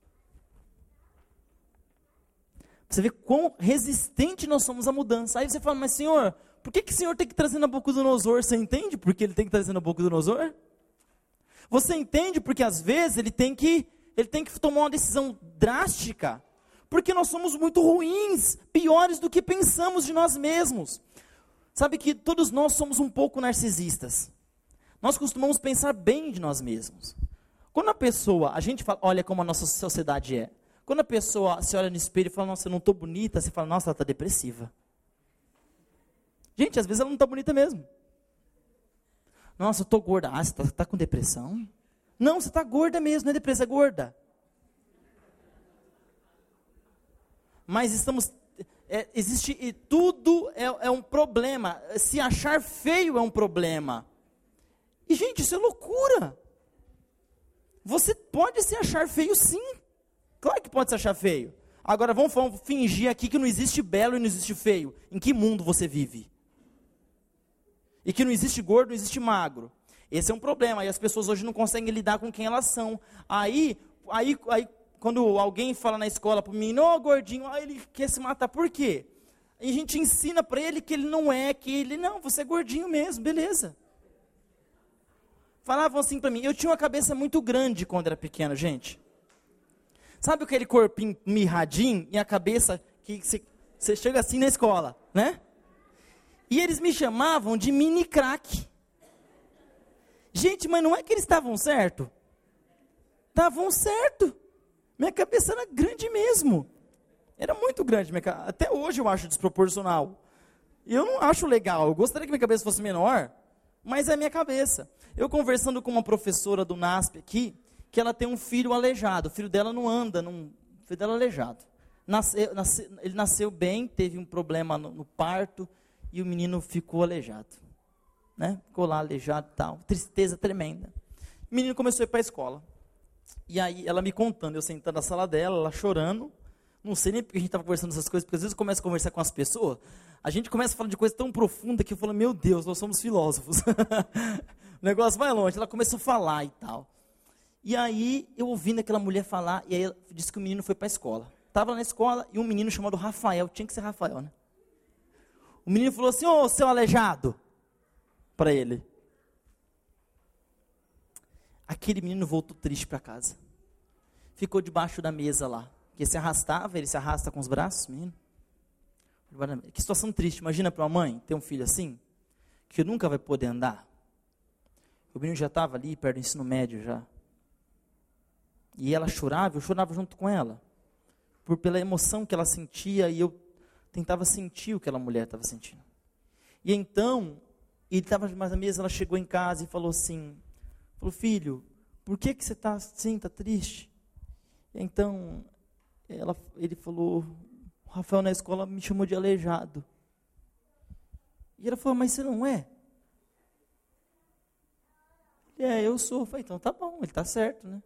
Você vê quão resistente nós somos à mudança. Aí você fala, mas Senhor, por que, que o Senhor tem que trazer Nabucodonosor? Você entende por que ele tem que trazer Nabucodonosor? Você entende porque às vezes ele tem que, ele tem que tomar uma decisão drástica. Porque nós somos muito ruins, piores do que pensamos de nós mesmos. Sabe que todos nós somos um pouco narcisistas. Nós costumamos pensar bem de nós mesmos. Quando a pessoa, a gente fala, olha como a nossa sociedade é. Quando a pessoa se olha no espelho e fala, nossa, eu não estou bonita, você fala, nossa, ela está depressiva. Gente, às vezes ela não está bonita mesmo. Nossa, eu estou gorda. Ah, você está tá com depressão? Não, você está gorda mesmo, não é depressão, é gorda. Mas estamos, é, existe, e tudo é, é um problema. Se achar feio é um problema. E gente, isso é loucura. Você pode se achar feio sim. Claro que pode se achar feio. Agora vamos, vamos fingir aqui que não existe belo e não existe feio. Em que mundo você vive? E que não existe gordo, não existe magro. Esse é um problema, e as pessoas hoje não conseguem lidar com quem elas são. Aí, aí, aí quando alguém fala na escola para o menino, ô gordinho, aí ele quer se matar, por quê? E a gente ensina para ele que ele não é, que ele, não, você é gordinho mesmo, beleza. Falavam assim para mim, eu tinha uma cabeça muito grande quando era pequeno, gente. Sabe aquele corpinho mirradinho e a cabeça que você chega assim na escola, né? E eles me chamavam de mini craque. Gente, mas não é que eles estavam certo? Estavam certo. Minha cabeça era grande mesmo. Era muito grande. Minha ca... Até hoje eu acho desproporcional. E eu não acho legal. Eu gostaria que minha cabeça fosse menor, mas é a minha cabeça. Eu conversando com uma professora do NASP aqui, que ela tem um filho aleijado. O filho dela não anda, não... o filho dela é aleijado. Nasce... Nasce... Ele nasceu bem, teve um problema no, no parto, e o menino ficou aleijado. Né? Ficou lá aleijado e tal. Tristeza tremenda. O menino começou a ir para a escola. E aí, ela me contando, eu sentando na sala dela, ela chorando. Não sei nem porque a gente estava conversando essas coisas, porque às vezes eu começo a conversar com as pessoas, a gente começa a falar de coisa tão profunda que eu falo, meu Deus, nós somos filósofos. O negócio vai longe. Ela começou a falar e tal. E aí, eu ouvindo aquela mulher falar, e aí ela disse que o menino foi para a escola. Estava na escola e um menino chamado Rafael, tinha que ser Rafael, né? O menino falou assim, ô, seu aleijado, para ele. Aquele menino voltou triste para casa. Ficou debaixo da mesa lá. Porque se arrastava, ele se arrasta com os braços, menino. Que situação triste. Imagina para uma mãe ter um filho assim, que nunca vai poder andar. O menino já estava ali, perto do ensino médio já. E ela chorava, eu chorava junto com ela. Por, pela emoção que ela sentia, e eu tentava sentir o que aquela mulher estava sentindo. E então, ele estava mais na mesa, ela chegou em casa e falou assim, falou, filho, por que, que você está assim, está triste? E então, ela, ele falou, o Rafael na escola me chamou de aleijado. E ela falou, mas você não é? Ele, é, eu sou. Eu falei, então tá bom, ele está certo, né?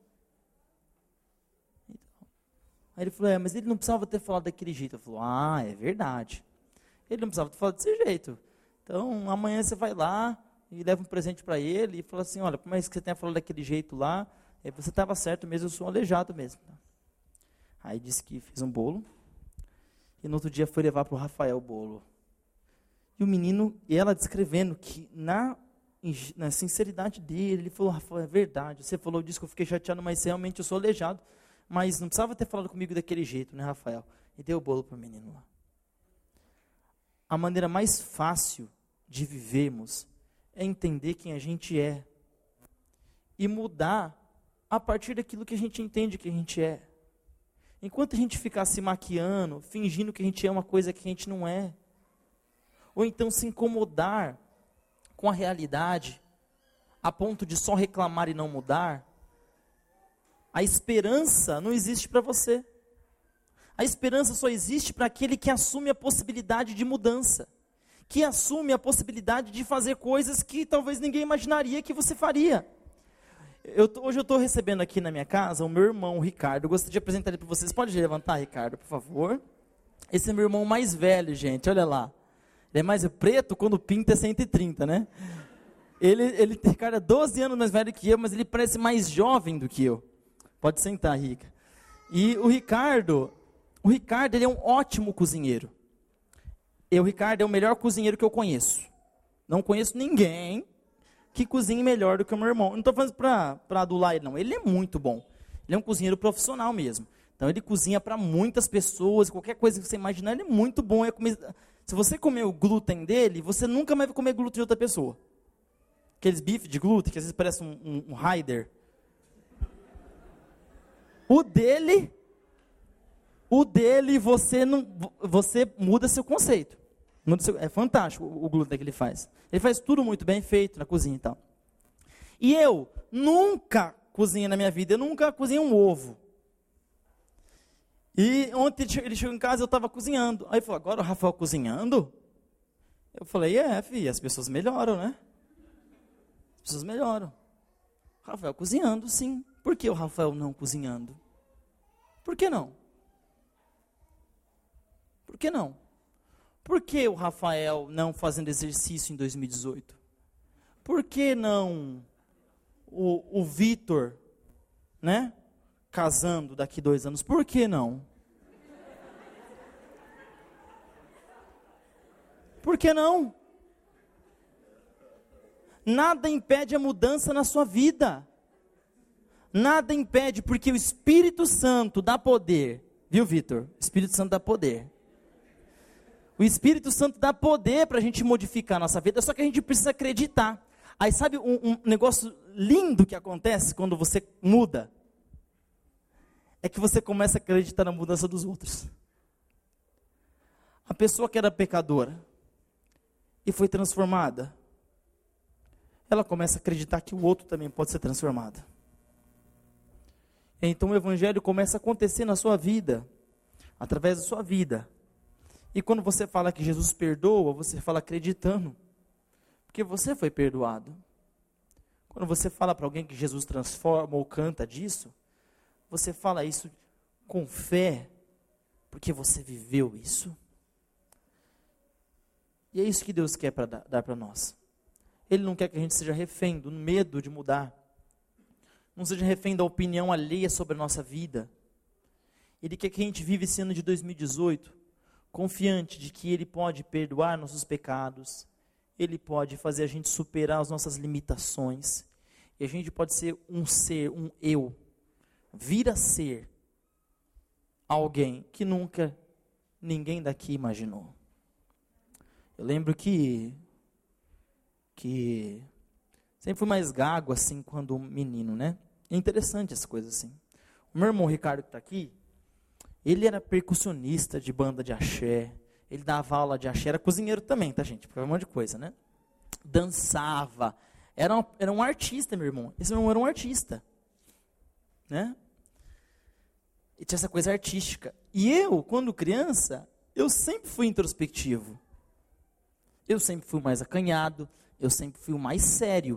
Então, aí ele falou, é, mas ele não precisava ter falado daquele jeito. Eu falei, ah, é verdade. Ele não precisava ter falado desse jeito. Então, amanhã você vai lá e leva um presente para ele e fala assim, olha, por mais que você tenha falado daquele jeito lá, você estava certo mesmo, eu sou um aleijado mesmo. Aí disse que fez um bolo, e no outro dia foi levar para o Rafael o bolo. E o menino, e ela descrevendo que na, na sinceridade dele, ele falou, Rafael, é verdade, você falou disso que eu fiquei chateado, mas realmente eu sou aleijado, mas não precisava ter falado comigo daquele jeito, né, Rafael? E deu o bolo para o menino lá. A maneira mais fácil de vivermos é entender quem a gente é e mudar a partir daquilo que a gente entende que a gente é. Enquanto a gente ficar se maquiando, fingindo que a gente é uma coisa que a gente não é, ou então se incomodar com a realidade, a ponto de só reclamar e não mudar, a esperança não existe para você. A esperança só existe para aquele que assume a possibilidade de mudança, que assume a possibilidade de fazer coisas que talvez ninguém imaginaria que você faria. Eu tô, hoje eu estou recebendo aqui na minha casa o meu irmão, o Ricardo. Eu gostaria de apresentar ele para vocês. Pode levantar, Ricardo, por favor. Esse é meu irmão mais velho, gente, olha lá. Ele é mais preto, quando pinta é cento e trinta, né? Ele, ele, Ricardo é doze anos mais velho que eu, mas ele parece mais jovem do que eu. Pode sentar, Rica. E o Ricardo, o Ricardo ele é um ótimo cozinheiro. E o Ricardo é o melhor cozinheiro que eu conheço. Não conheço ninguém que cozinhe melhor do que o meu irmão. Não estou falando para adular ele, não. Ele é muito bom. Ele é um cozinheiro profissional mesmo. Então, ele cozinha para muitas pessoas, qualquer coisa que você imaginar, ele é muito bom. É comer... Se você comer o glúten dele, você nunca mais vai comer glúten de outra pessoa. Aqueles bifes de glúten, que às vezes parece um, um, um Raider. O dele, o dele, você, não, você muda seu conceito. É fantástico o glúten que ele faz. Ele faz tudo muito bem feito na cozinha e tal. E eu nunca cozinhei na minha vida, eu nunca cozinhei um ovo. E ontem ele chegou em casa, eu estava cozinhando. Aí ele falou, agora o Rafael cozinhando? Eu falei, é, filho, as pessoas melhoram, né? As pessoas melhoram. Rafael cozinhando, sim. Por que o Rafael não cozinhando? Por que não? Por que não? Por que o Rafael não fazendo exercício em dois mil e dezoito? Por que não o, o Vitor, né, casando daqui dois anos? Por que não? Por que não? Nada impede a mudança na sua vida. Nada impede, porque o Espírito Santo dá poder. Viu, Vitor? O Espírito Santo dá poder. O Espírito Santo dá poder para a gente modificar a nossa vida, só que a gente precisa acreditar. Aí sabe um, um negócio lindo que acontece quando você muda? É que você começa a acreditar na mudança dos outros. A pessoa que era pecadora e foi transformada, ela começa a acreditar que o outro também pode ser transformado. Então o Evangelho começa a acontecer na sua vida, através da sua vida. E quando você fala que Jesus perdoa, você fala acreditando, porque você foi perdoado. Quando você fala para alguém que Jesus transforma ou canta disso, você fala isso com fé, porque você viveu isso. E é isso que Deus quer para dar, dar para nós. Ele não quer que a gente seja refém do medo de mudar. Não seja refém da opinião alheia sobre a nossa vida. Ele quer que a gente viva esse ano de dois mil e dezoito confiante de que Ele pode perdoar nossos pecados, Ele pode fazer a gente superar as nossas limitações, e a gente pode ser um ser, um eu, vir a ser alguém que nunca ninguém daqui imaginou. Eu lembro que, que sempre fui mais gago assim quando menino, né? É interessante essa coisa assim. O meu irmão Ricardo que está aqui, ele era percussionista de banda de axé, ele dava aula de axé, era cozinheiro também, tá gente? Porque é um monte de coisa, né? Dançava, era um, era um artista, meu irmão. Esse meu irmão era um artista, né? E tinha essa coisa artística. E eu, quando criança, eu sempre fui introspectivo. Eu sempre fui o mais acanhado, eu sempre fui o mais sério.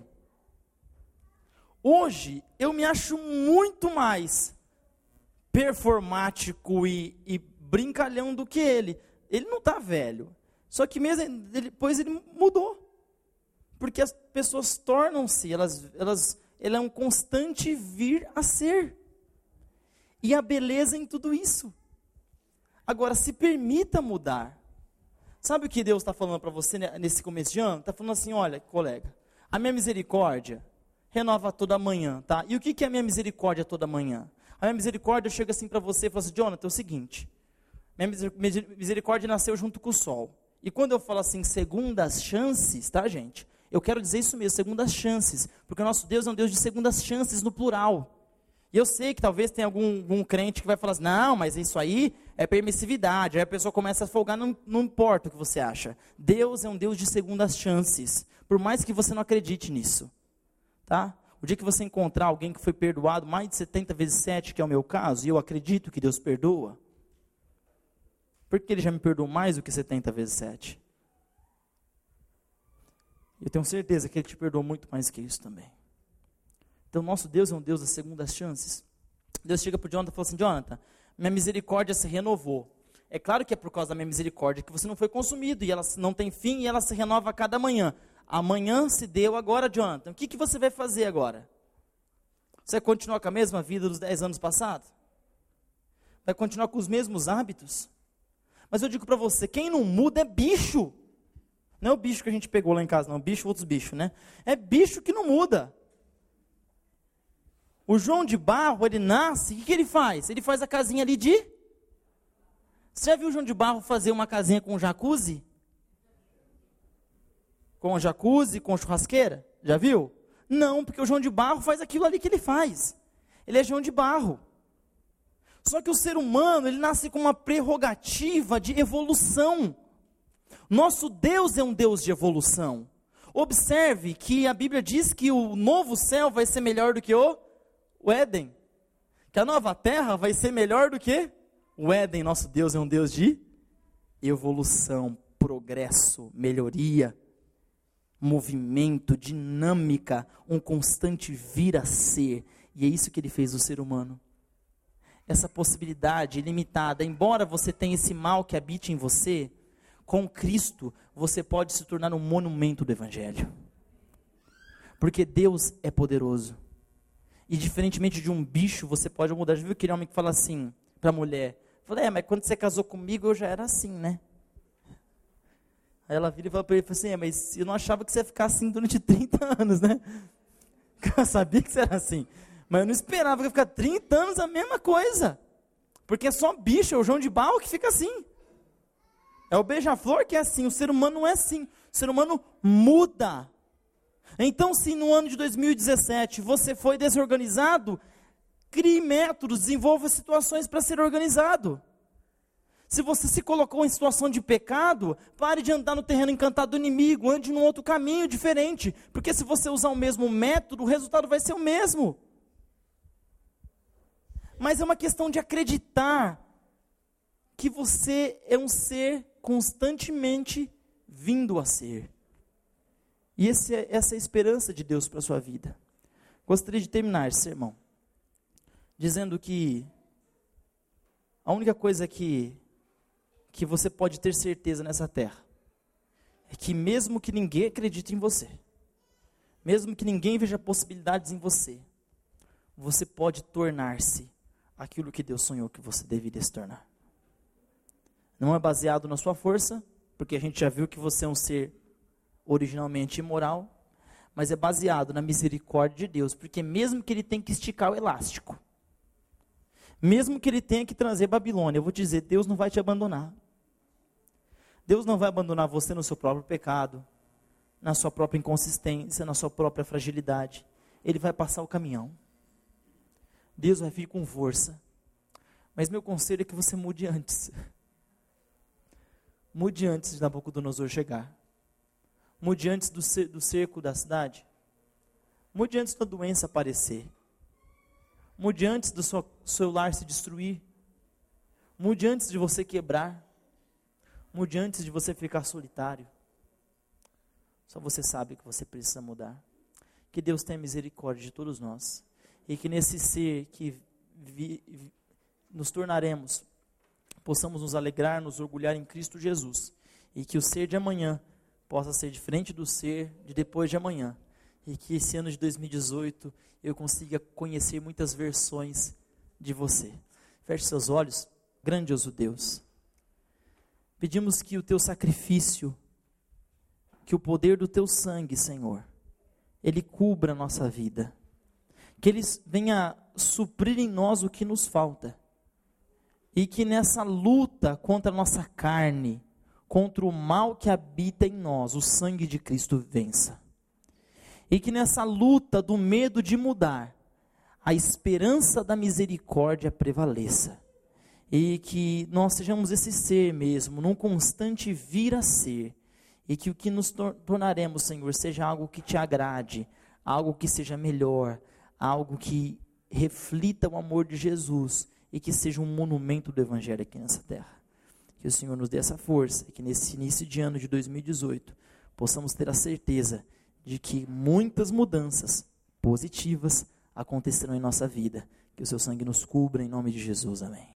Hoje, eu me acho muito mais performático e, e brincalhão do que ele. Ele não está velho. Só que mesmo ele, depois ele mudou. Porque as pessoas tornam-se, elas, elas, ele é um constante vir a ser. E a beleza em tudo isso. Agora, se permita mudar. Sabe o que Deus está falando para você nesse começo de ano? Está falando assim, olha, colega, a minha misericórdia renova toda manhã, tá? E o que, que é a minha misericórdia toda manhã? A minha misericórdia chega assim para você e fala assim, Jonathan, é o seguinte, minha misericórdia nasceu junto com o sol. E quando eu falo assim, segundas chances, tá, gente? Eu quero dizer isso mesmo, segundas chances, porque o nosso Deus é um Deus de segundas chances no plural. E eu sei que talvez tenha algum, algum crente que vai falar assim, não, mas isso aí é permissividade. Aí a pessoa começa a folgar, não, não importa o que você acha. Deus é um Deus de segundas chances, por mais que você não acredite nisso, tá? O dia que você encontrar alguém que foi perdoado mais de setenta vezes sete, que é o meu caso, e eu acredito que Deus perdoa, porque Ele já me perdoou mais do que setenta vezes sete. Eu tenho certeza que Ele te perdoou muito mais que isso também. Então, nosso Deus é um Deus das segundas chances. Deus chega para o Jonathan e fala assim, Jonathan, minha misericórdia se renovou. É claro que é por causa da minha misericórdia que você não foi consumido, e ela não tem fim, e ela se renova a cada manhã. Amanhã se deu agora, Jonathan. O que, que você vai fazer agora? Você vai continuar com a mesma vida dos dez anos passados? Vai continuar com os mesmos hábitos? Mas eu digo para você, quem não muda é bicho. Não é o bicho que a gente pegou lá em casa, não. Bicho, outros bichos, né? É bicho que não muda. O João de Barro, ele nasce, o que, que ele faz? Ele faz a casinha ali de... Você já viu o João de Barro fazer uma casinha com jacuzzi? Com jacuzzi, com churrasqueira? Já viu? Não, porque o João de Barro faz aquilo ali que ele faz. Ele é João de Barro. Só que o ser humano, ele nasce com uma prerrogativa de evolução. Nosso Deus é um Deus de evolução. Observe que a Bíblia diz que o novo céu vai ser melhor do que o, o Éden. Que a nova terra vai ser melhor do que o Éden. Nosso Deus é um Deus de evolução, progresso, melhoria, movimento, dinâmica, um constante vir a ser. E é isso que Ele fez do ser humano. Essa possibilidade ilimitada, embora você tenha esse mal que habite em você, com Cristo, você pode se tornar um monumento do Evangelho. Porque Deus é poderoso. E diferentemente de um bicho, você pode mudar. Já viu aquele homem que fala assim para a mulher? Fala, é, mas quando você casou comigo, eu já era assim, né? Aí ela vira e fala para ele, assim, é, mas eu não achava que você ia ficar assim durante trinta anos, né? Eu sabia que você era assim. Mas eu não esperava que ia ficar trinta anos a mesma coisa. Porque é só bicho, é o João de Barro que fica assim. É o beija-flor que é assim, o ser humano não é assim. O ser humano muda. Então, se no ano de dois mil e dezessete você foi desorganizado, crie métodos, desenvolva situações para ser organizado. Se você se colocou em situação de pecado, pare de andar no terreno encantado do inimigo, ande num outro caminho diferente. Porque se você usar o mesmo método, o resultado vai ser o mesmo. Mas é uma questão de acreditar que você é um ser constantemente vindo a ser. E esse é, essa é a esperança de Deus para a sua vida. Gostaria de terminar esse sermão dizendo que a única coisa que, que você pode ter certeza nessa terra é que mesmo que ninguém acredite em você, mesmo que ninguém veja possibilidades em você, você pode tornar-se aquilo que Deus sonhou que você deveria se tornar. Não é baseado na sua força, porque a gente já viu que você é um ser originalmente imoral, mas é baseado na misericórdia de Deus, porque mesmo que ele tenha que esticar o elástico, mesmo que ele tenha que trazer Babilônia, eu vou te dizer, Deus não vai te abandonar. Deus não vai abandonar você no seu próprio pecado, na sua própria inconsistência, na sua própria fragilidade. Ele vai passar o caminhão. Deus vai vir com força. Mas meu conselho é que você mude antes. Mude antes de Nabucodonosor chegar. Mude antes do, cer- do cerco da cidade. Mude antes da doença aparecer. Mude antes do seu, seu lar se destruir. Mude antes de você quebrar. Mude antes de você ficar solitário. Só você sabe que você precisa mudar. Que Deus tenha misericórdia de todos nós. E que nesse ser que vi, vi, nos tornaremos, possamos nos alegrar, nos orgulhar em Cristo Jesus. E que o ser de amanhã possa ser diferente do ser de depois de amanhã. E que esse ano de dois mil e dezoito eu consiga conhecer muitas versões de você. Feche seus olhos, grandioso Deus. Pedimos que o teu sacrifício, que o poder do teu sangue, Senhor, ele cubra a nossa vida. Que ele venha suprir em nós o que nos falta. E que nessa luta contra a nossa carne, contra o mal que habita em nós, o sangue de Cristo vença. E que nessa luta do medo de mudar, a esperança da misericórdia prevaleça. E que nós sejamos esse ser mesmo, num constante vir a ser. E que o que nos tor- tornaremos, Senhor, seja algo que te agrade, algo que seja melhor, algo que reflita o amor de Jesus e que seja um monumento do Evangelho aqui nessa terra. Que o Senhor nos dê essa força e que nesse início de ano de dois mil e dezoito possamos ter a certeza de que muitas mudanças positivas acontecerão em nossa vida. Que o seu sangue nos cubra em nome de Jesus. Amém.